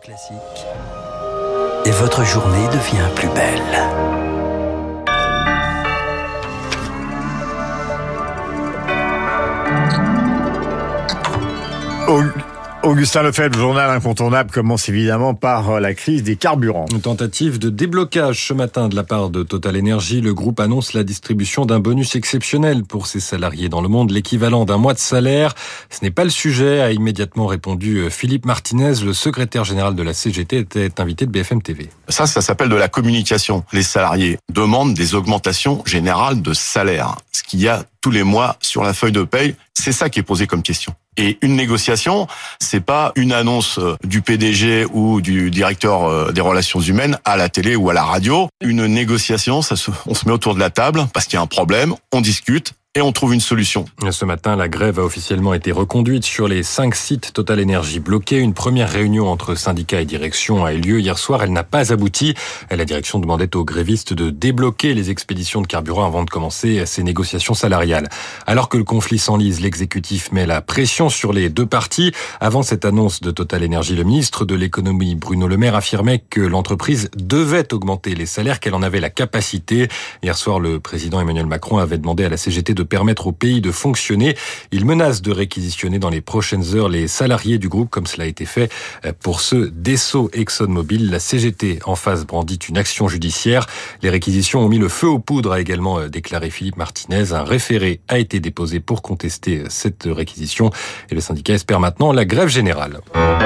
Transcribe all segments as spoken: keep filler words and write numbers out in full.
Classique. Et votre journée devient plus belle. Augustin Lefebvre, le journal incontournable, commence évidemment par la crise des carburants. Une tentative de déblocage ce matin de la part de Total Energy. Le groupe annonce la distribution d'un bonus exceptionnel pour ses salariés dans le monde, l'équivalent d'un mois de salaire. Ce n'est pas le sujet, a immédiatement répondu Philippe Martinez, le secrétaire général de la C G T, était invité de B F M T V. Ça, ça s'appelle de la communication. Les salariés demandent des augmentations générales de salaire. Ce qu'il y a tous les mois sur la feuille de paye, c'est ça qui est posé comme question. Et une négociation, c'est pas une annonce du P D G ou du directeur des relations humaines à la télé ou à la radio. Une négociation, ça se, on se met autour de la table parce qu'il y a un problème, on discute et on trouve une solution. Ce matin, la grève a officiellement été reconduite sur les cinq sites Total Energy bloqués. Une première réunion entre syndicats et direction a eu lieu hier soir. Elle n'a pas abouti. La direction demandait aux grévistes de débloquer les expéditions de carburant avant de commencer ces négociations salariales. Alors que le conflit s'enlise, l'exécutif met la pression sur les deux parties. Avant cette annonce de Total Energy, le ministre de l'économie, Bruno Le Maire, affirmait que l'entreprise devait augmenter les salaires, qu'elle en avait la capacité. Hier soir, le président Emmanuel Macron avait demandé à la C G T de permettre au pays de fonctionner. Il menace de réquisitionner dans les prochaines heures les salariés du groupe, comme cela a été fait pour ceux d'Esso ExxonMobil. La C G T en face brandit une action judiciaire. Les réquisitions ont mis le feu aux poudres, a également déclaré Philippe Martinez. Un référé a été déposé pour contester cette réquisition et le syndicat espère maintenant la grève générale.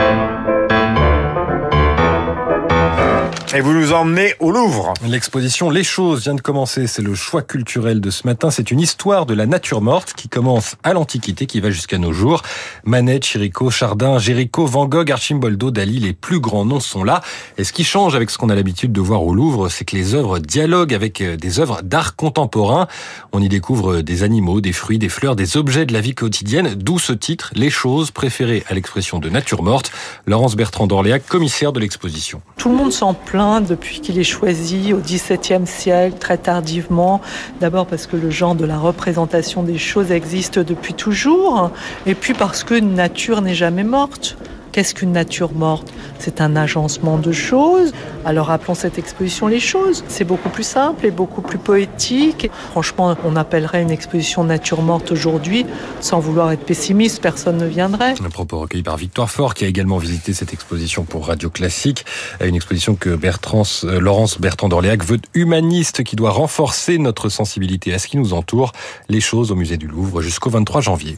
Et vous nous emmenez au Louvre. L'exposition Les Choses vient de commencer. C'est le choix culturel de ce matin. C'est une histoire de la nature morte qui commence à l'Antiquité, qui va jusqu'à nos jours. Manet, Chirico, Chardin, Géricault, Van Gogh, Arcimboldo, Dali, les plus grands noms sont là. Et ce qui change avec ce qu'on a l'habitude de voir au Louvre, c'est que les œuvres dialoguent avec des œuvres d'art contemporain. On y découvre des animaux, des fruits, des fleurs, des objets de la vie quotidienne. D'où ce titre, Les Choses, préférées à l'expression de nature morte. Laurence Bertrand d'Orléac, commissaire de l'exposition. Tout le monde s'en plaint depuis qu'il est choisi au dix-septième siècle, très tardivement. D'abord parce que le genre de la représentation des choses existe depuis toujours, et puis parce qu'une nature n'est jamais morte. Qu'est-ce qu'une nature morte ? C'est un agencement de choses. Alors appelons cette exposition Les Choses. C'est beaucoup plus simple et beaucoup plus poétique. Franchement, on appellerait une exposition nature morte aujourd'hui, sans vouloir être pessimiste, personne ne viendrait. Un propos recueilli par Victoire Fort, qui a également visité cette exposition pour Radio Classique. Une exposition que Bertrand, euh, Laurence Bertrand d'Orléac veut humaniste, qui doit renforcer notre sensibilité à ce qui nous entoure. Les Choses au musée du Louvre jusqu'au vingt-trois janvier.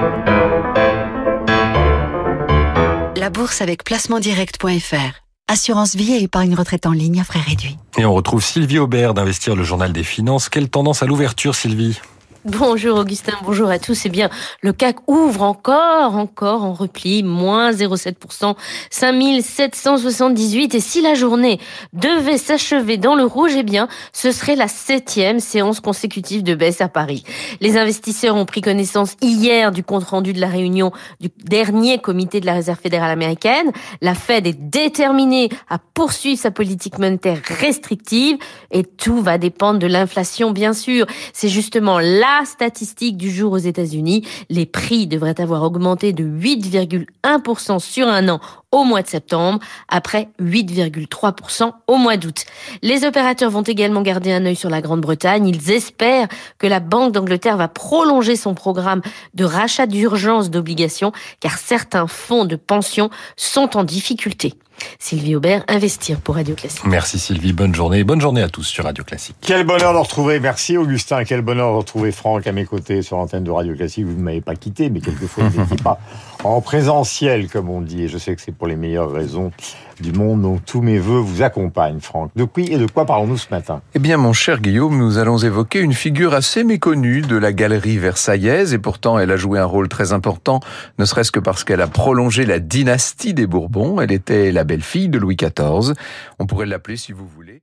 La bourse avec placement direct point f r. Assurance vie et épargne retraite en ligne à frais réduits. Et on retrouve Sylvie Aubert d'Investir, le journal des finances. Quelle tendance à l'ouverture, Sylvie ? Bonjour Augustin, bonjour à tous. Eh bien, le C A C ouvre encore, encore en repli, moins zéro virgule sept pour cent, cinq mille sept cent soixante-dix-huit. Et si la journée devait s'achever dans le rouge, eh bien, ce serait la septième séance consécutive de baisse à Paris. Les investisseurs ont pris connaissance hier du compte-rendu de la réunion du dernier comité de la Réserve fédérale américaine. La Fed est déterminée à poursuivre sa politique monétaire restrictive et tout va dépendre de l'inflation, bien sûr. C'est justement là La statistique du jour aux États-Unis, les prix devraient avoir augmenté de huit virgule un pour cent sur un an au mois de septembre, après huit virgule trois pour cent au mois d'août. Les opérateurs vont également garder un œil sur la Grande-Bretagne. Ils espèrent que la Banque d'Angleterre va prolonger son programme de rachat d'urgence d'obligations, car certains fonds de pension sont en difficulté. Sylvie Aubert, Investir pour Radio Classique. Merci Sylvie, bonne journée. Bonne journée à tous sur Radio Classique. Quel bonheur de retrouver, merci Augustin, quel bonheur de retrouver Franck à mes côtés sur l'antenne de Radio Classique. Vous ne m'avez pas quitté, mais quelquefois vous n'étiez pas en présentiel, comme on dit, et je sais que c'est pour les meilleures raisons du monde, donc tous mes vœux vous accompagnent, Franck. De qui et de quoi parlons-nous ce matin ? Eh bien, mon cher Guillaume, nous allons évoquer une figure assez méconnue de la galerie versaillaise, et pourtant elle a joué un rôle très important, ne serait-ce que parce qu'elle a prolongé la dynastie des Bourbons. Elle était la belle-fille de Louis quatorze. On pourrait l'appeler, si vous voulez,